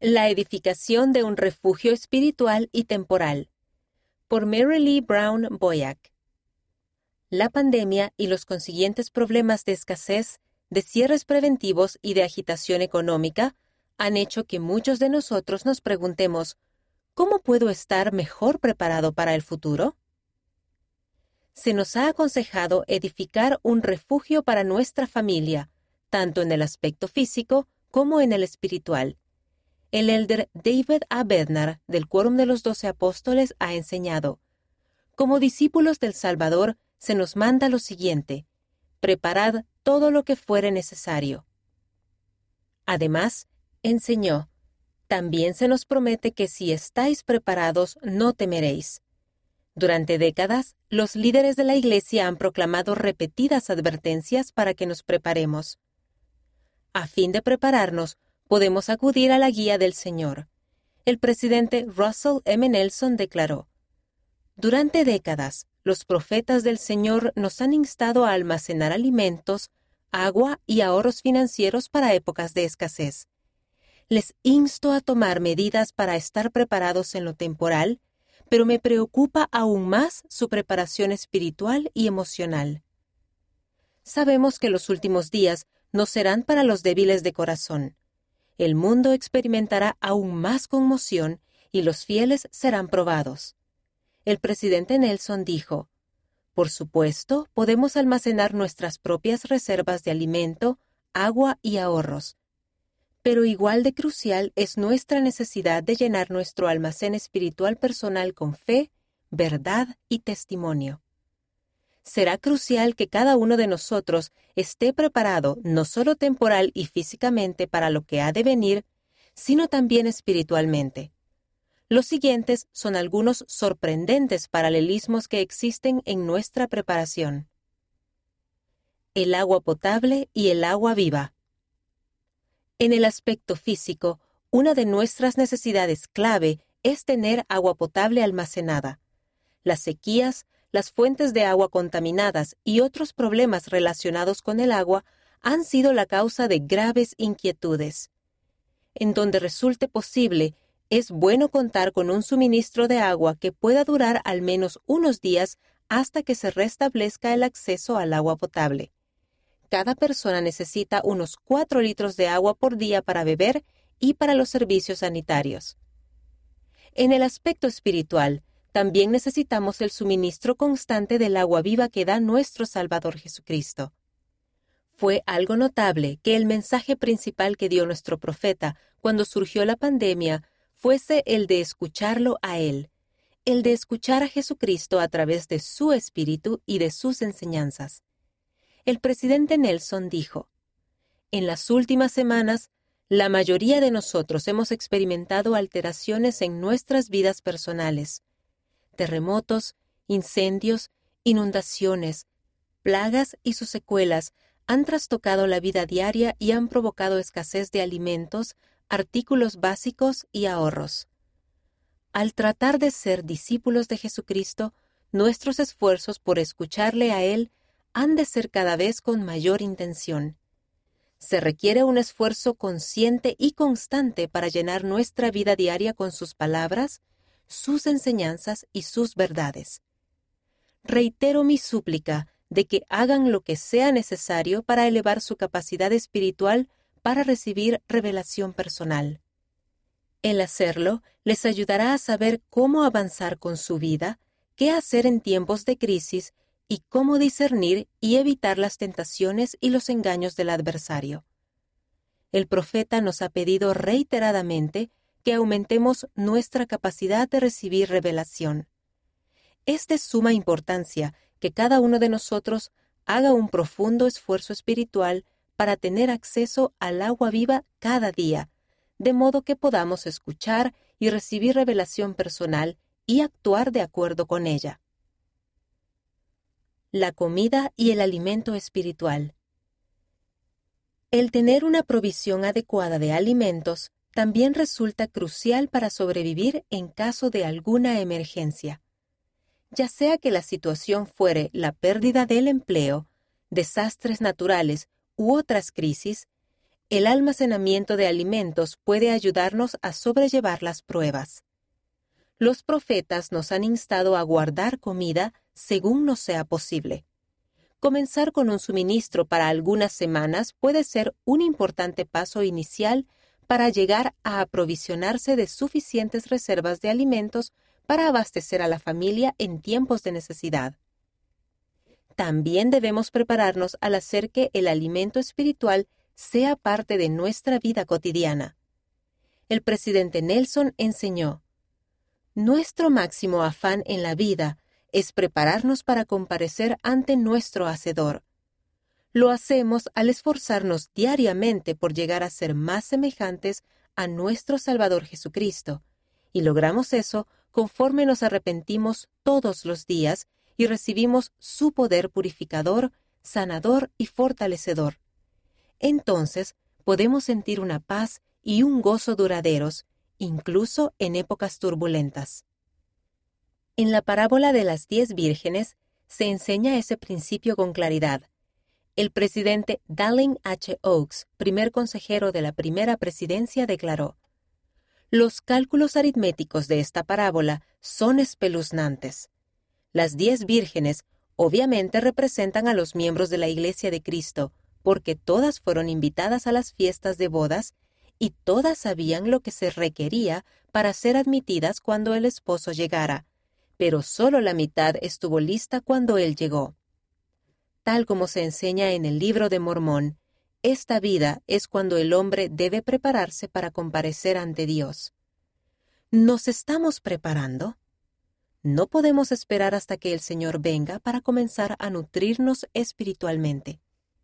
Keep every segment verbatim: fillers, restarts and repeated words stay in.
La edificación de un refugio espiritual y temporal. Por Mary Lee Brown Boyack. La pandemia y los consiguientes problemas de escasez, de cierres preventivos y de agitación económica han hecho que muchos de nosotros nos preguntemos, ¿cómo puedo estar mejor preparado para el futuro? Se nos ha aconsejado edificar un refugio para nuestra familia, tanto en el aspecto físico como en el espiritual. El elder David A. Bednar, del Quórum de los Doce Apóstoles, ha enseñado: como discípulos del Salvador, se nos manda lo siguiente: preparad todo lo que fuere necesario. Además, enseñó: también se nos promete que si estáis preparados, no temeréis. Durante décadas, los líderes de la Iglesia han proclamado repetidas advertencias para que nos preparemos. A fin de prepararnos, podemos acudir a la guía del Señor. El presidente Russell M. Nelson declaró: durante décadas, los profetas del Señor nos han instado a almacenar alimentos, agua y ahorros financieros para épocas de escasez. Les insto a tomar medidas para estar preparados en lo temporal, pero me preocupa aún más su preparación espiritual y emocional. Sabemos que los últimos días no serán para los débiles de corazón. El mundo experimentará aún más conmoción y los fieles serán probados. El presidente Nelson dijo: por supuesto, podemos almacenar nuestras propias reservas de alimento, agua y ahorros. Pero igual de crucial es nuestra necesidad de llenar nuestro almacén espiritual personal con fe, verdad y testimonio. Será crucial que cada uno de nosotros esté preparado no solo temporal y físicamente para lo que ha de venir, sino también espiritualmente. Los siguientes son algunos sorprendentes paralelismos que existen en nuestra preparación. El agua potable y el agua viva. En el aspecto físico, una de nuestras necesidades clave es tener agua potable almacenada. Las sequías, las fuentes de agua contaminadas y otros problemas relacionados con el agua han sido la causa de graves inquietudes. En donde resulte posible, es bueno contar con un suministro de agua que pueda durar al menos unos días hasta que se restablezca el acceso al agua potable. Cada persona necesita unos cuatro litros de agua por día para beber y para los servicios sanitarios. En el aspecto espiritual, también necesitamos el suministro constante del agua viva que da nuestro Salvador Jesucristo. Fue algo notable que el mensaje principal que dio nuestro profeta cuando surgió la pandemia fuese el de escucharlo a Él, el de escuchar a Jesucristo a través de su espíritu y de sus enseñanzas. El presidente Nelson dijo: en las últimas semanas, la mayoría de nosotros hemos experimentado alteraciones en nuestras vidas personales. Terremotos, incendios, inundaciones, plagas y sus secuelas han trastocado la vida diaria y han provocado escasez de alimentos, artículos básicos y ahorros. Al tratar de ser discípulos de Jesucristo, nuestros esfuerzos por escucharle a Él han de ser cada vez con mayor intención. Se requiere un esfuerzo consciente y constante para llenar nuestra vida diaria con sus palabras, sus enseñanzas y sus verdades. Reitero mi súplica de que hagan lo que sea necesario para elevar su capacidad espiritual para recibir revelación personal. El hacerlo les ayudará a saber cómo avanzar con su vida, qué hacer en tiempos de crisis y cómo discernir y evitar las tentaciones y los engaños del adversario. El profeta nos ha pedido reiteradamente que aumentemos nuestra capacidad de recibir revelación. Es de suma importancia que cada uno de nosotros haga un profundo esfuerzo espiritual para tener acceso al agua viva cada día, de modo que podamos escuchar y recibir revelación personal y actuar de acuerdo con ella. La comida y el alimento espiritual. El tener una provisión adecuada de alimentos también resulta crucial para sobrevivir en caso de alguna emergencia. Ya sea que la situación fuere la pérdida del empleo, desastres naturales u otras crisis, el almacenamiento de alimentos puede ayudarnos a sobrellevar las pruebas. Los profetas nos han instado a guardar comida según nos sea posible. Comenzar con un suministro para algunas semanas puede ser un importante paso inicial para llegar a aprovisionarse de suficientes reservas de alimentos para abastecer a la familia en tiempos de necesidad. También debemos prepararnos al hacer que el alimento espiritual sea parte de nuestra vida cotidiana. El presidente Nelson enseñó: nuestro máximo afán en la vida es prepararnos para comparecer ante nuestro Hacedor. Lo hacemos al esforzarnos diariamente por llegar a ser más semejantes a nuestro Salvador Jesucristo, y logramos eso conforme nos arrepentimos todos los días y recibimos su poder purificador, sanador y fortalecedor. Entonces podemos sentir una paz y un gozo duraderos, incluso en épocas turbulentas. En la parábola de las diez vírgenes se enseña ese principio con claridad. El presidente Dallin H. Oaks, primer consejero de la primera presidencia, declaró: los cálculos aritméticos de esta parábola son espeluznantes. Las diez vírgenes obviamente representan a los miembros de la Iglesia de Cristo, porque todas fueron invitadas a las fiestas de bodas y todas sabían lo que se requería para ser admitidas cuando el esposo llegara, pero solo la mitad estuvo lista cuando él llegó. Tal como se enseña en el Libro de Mormón, esta vida es cuando el hombre debe prepararse para comparecer ante Dios. ¿Nos estamos preparando? No podemos esperar hasta que el Señor venga para comenzar a nutrirnos espiritualmente.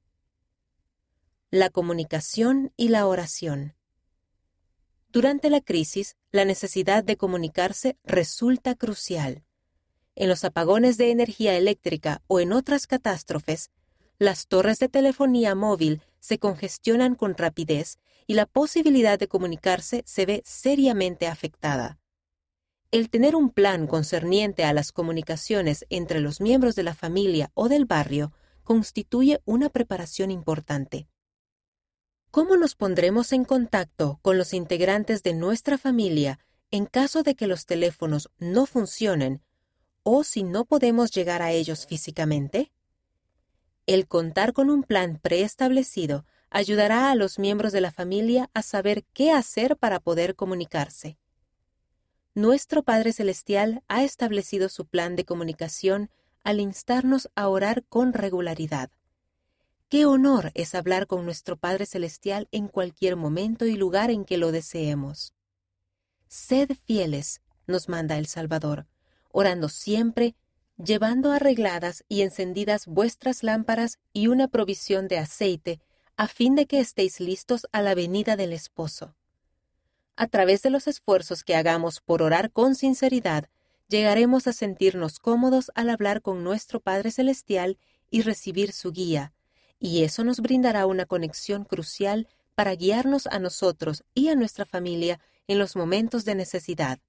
La comunicación y la oración. Durante la crisis, la necesidad de comunicarse resulta crucial. En los apagones de energía eléctrica o en otras catástrofes, las torres de telefonía móvil se congestionan con rapidez y la posibilidad de comunicarse se ve seriamente afectada. El tener un plan concerniente a las comunicaciones entre los miembros de la familia o del barrio constituye una preparación importante. ¿Cómo nos pondremos en contacto con los integrantes de nuestra familia en caso de que los teléfonos no funcionen o si no podemos llegar a ellos físicamente? El contar con un plan preestablecido ayudará a los miembros de la familia a saber qué hacer para poder comunicarse. Nuestro Padre Celestial ha establecido su plan de comunicación al instarnos a orar con regularidad. ¡Qué honor es hablar con nuestro Padre Celestial en cualquier momento y lugar en que lo deseemos! Sed fieles, nos manda el Salvador, orando siempre, llevando arregladas y encendidas vuestras lámparas y una provisión de aceite, a fin de que estéis listos a la venida del esposo. A través de los esfuerzos que hagamos por orar con sinceridad, llegaremos a sentirnos cómodos al hablar con nuestro Padre Celestial y recibir su guía, y eso nos brindará una conexión crucial para guiarnos a nosotros y a nuestra familia en los momentos de necesidad.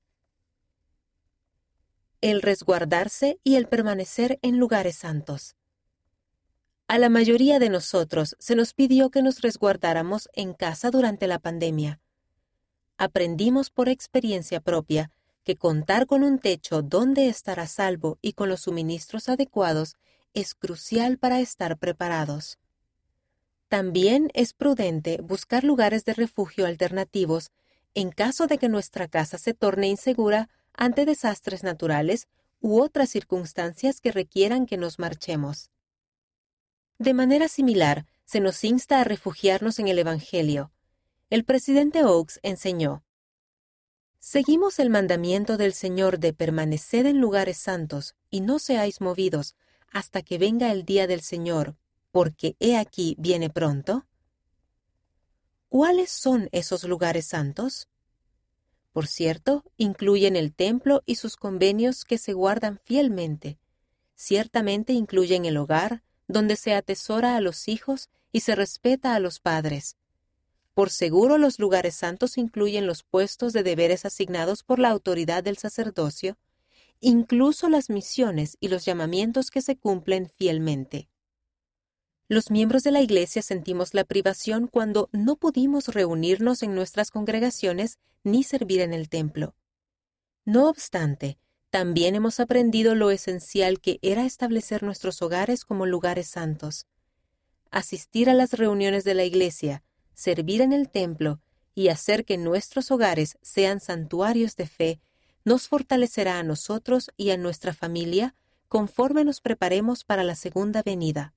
El resguardarse y el permanecer en lugares santos. A la mayoría de nosotros se nos pidió que nos resguardáramos en casa durante la pandemia. Aprendimos por experiencia propia que contar con un techo donde estar a salvo y con los suministros adecuados es crucial para estar preparados. También es prudente buscar lugares de refugio alternativos en caso de que nuestra casa se torne insegura ante desastres naturales u otras circunstancias que requieran que nos marchemos. De manera similar, se nos insta a refugiarnos en el Evangelio. El presidente Oaks enseñó: «Seguimos el mandamiento del Señor de permaneced en lugares santos y no seáis movidos hasta que venga el día del Señor, porque he aquí viene pronto». ¿Cuáles son esos lugares santos? Por cierto, incluyen el templo y sus convenios que se guardan fielmente. Ciertamente incluyen el hogar, donde se atesora a los hijos y se respeta a los padres. Por seguro, los lugares santos incluyen los puestos de deberes asignados por la autoridad del sacerdocio, incluso las misiones y los llamamientos que se cumplen fielmente. Los miembros de la Iglesia sentimos la privación cuando no pudimos reunirnos en nuestras congregaciones ni servir en el templo. No obstante, también hemos aprendido lo esencial que era establecer nuestros hogares como lugares santos. Asistir a las reuniones de la Iglesia, servir en el templo y hacer que nuestros hogares sean santuarios de fe nos fortalecerá a nosotros y a nuestra familia conforme nos preparemos para la segunda venida.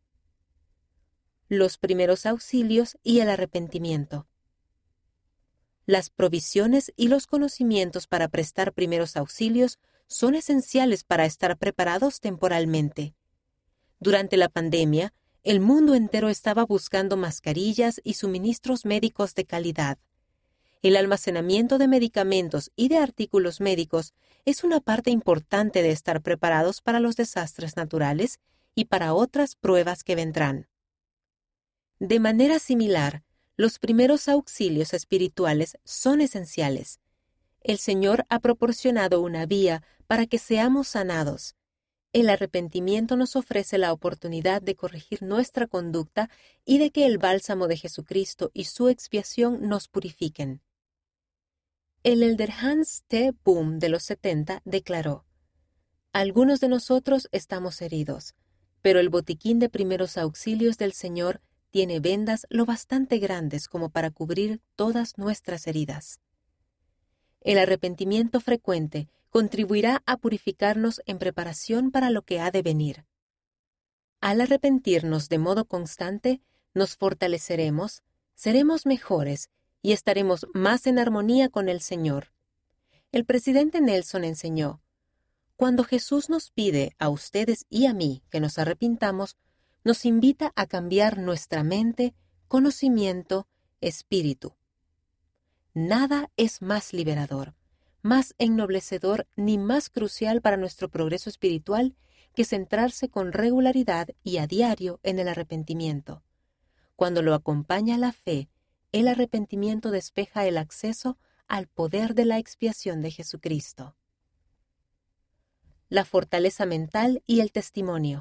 Los primeros auxilios y el arrepentimiento. Las provisiones y los conocimientos para prestar primeros auxilios son esenciales para estar preparados temporalmente. Durante la pandemia, el mundo entero estaba buscando mascarillas y suministros médicos de calidad. El almacenamiento de medicamentos y de artículos médicos es una parte importante de estar preparados para los desastres naturales y para otras pruebas que vendrán. De manera similar, los primeros auxilios espirituales son esenciales. El Señor ha proporcionado una vía para que seamos sanados. El arrepentimiento nos ofrece la oportunidad de corregir nuestra conducta y de que el bálsamo de Jesucristo y su expiación nos purifiquen. El elder Hans T. Boom de los setenta declaró: «Algunos de nosotros estamos heridos, pero el botiquín de primeros auxilios del Señor tiene vendas lo bastante grandes como para cubrir todas nuestras heridas». El arrepentimiento frecuente contribuirá a purificarnos en preparación para lo que ha de venir. Al arrepentirnos de modo constante, nos fortaleceremos, seremos mejores y estaremos más en armonía con el Señor. El presidente Nelson enseñó: «Cuando Jesús nos pide a ustedes y a mí que nos arrepintamos, nos invita a cambiar nuestra mente, conocimiento, espíritu». Nada es más liberador, más ennoblecedor ni más crucial para nuestro progreso espiritual que centrarse con regularidad y a diario en el arrepentimiento. Cuando lo acompaña la fe, el arrepentimiento despeja el acceso al poder de la expiación de Jesucristo. La fortaleza mental y el testimonio.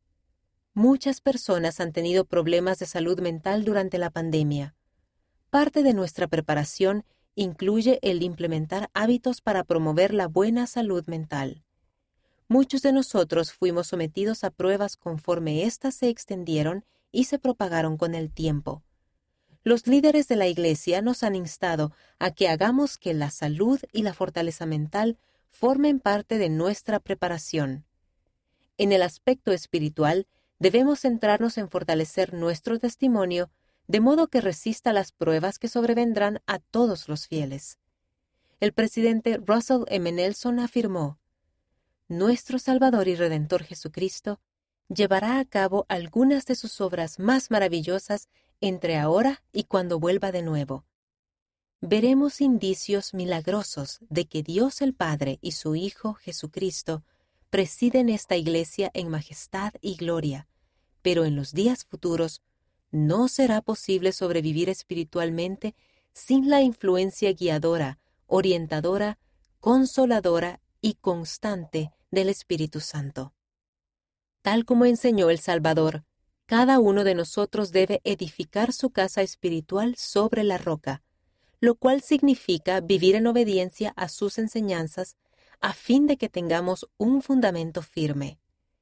Muchas personas han tenido problemas de salud mental durante la pandemia. Parte de nuestra preparación incluye el implementar hábitos para promover la buena salud mental. Muchos de nosotros fuimos sometidos a pruebas conforme éstas se extendieron y se propagaron con el tiempo. Los líderes de la Iglesia nos han instado a que hagamos que la salud y la fortaleza mental formen parte de nuestra preparación. En el aspecto espiritual, debemos centrarnos en fortalecer nuestro testimonio de modo que resista las pruebas que sobrevendrán a todos los fieles. El presidente Russell M. Nelson afirmó: «Nuestro Salvador y Redentor Jesucristo llevará a cabo algunas de sus obras más maravillosas entre ahora y cuando vuelva de nuevo. Veremos indicios milagrosos de que Dios el Padre y su Hijo Jesucristo presiden esta Iglesia en majestad y gloria, pero en los días futuros no será posible sobrevivir espiritualmente sin la influencia guiadora, orientadora, consoladora y constante del Espíritu Santo. Tal como enseñó el Salvador, cada uno de nosotros debe edificar su casa espiritual sobre la roca, lo cual significa vivir en obediencia a sus enseñanzas a fin de que tengamos un fundamento firme.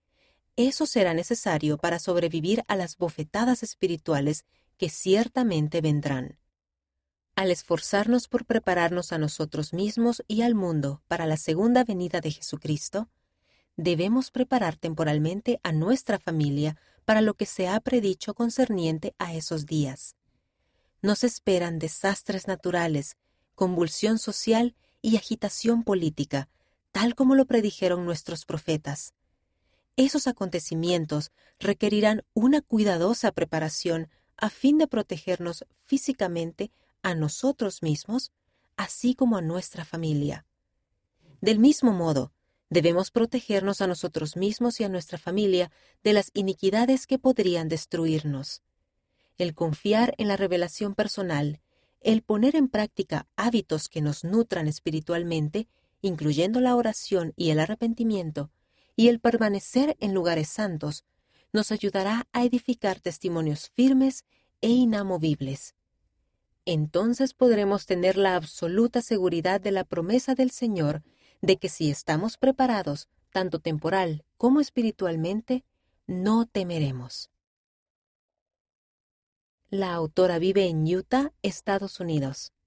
Eso será necesario para sobrevivir a las bofetadas espirituales que ciertamente vendrán. Al esforzarnos por prepararnos a nosotros mismos y al mundo para la segunda venida de Jesucristo, debemos preparar temporalmente a nuestra familia para lo que se ha predicho concerniente a esos días. Nos esperan desastres naturales, convulsión social y agitación política, tal como lo predijeron nuestros profetas. Esos acontecimientos requerirán una cuidadosa preparación a fin de protegernos físicamente a nosotros mismos, así como a nuestra familia. Del mismo modo, debemos protegernos a nosotros mismos y a nuestra familia de las iniquidades que podrían destruirnos. El confiar en la revelación personal, el poner en práctica hábitos que nos nutran espiritualmente, incluyendo la oración y el arrepentimiento, y el permanecer en lugares santos, nos ayudará a edificar testimonios firmes e inamovibles. Entonces podremos tener la absoluta seguridad de la promesa del Señor de que si estamos preparados, tanto temporal como espiritualmente, no temeremos. La autora vive en Utah, Estados Unidos.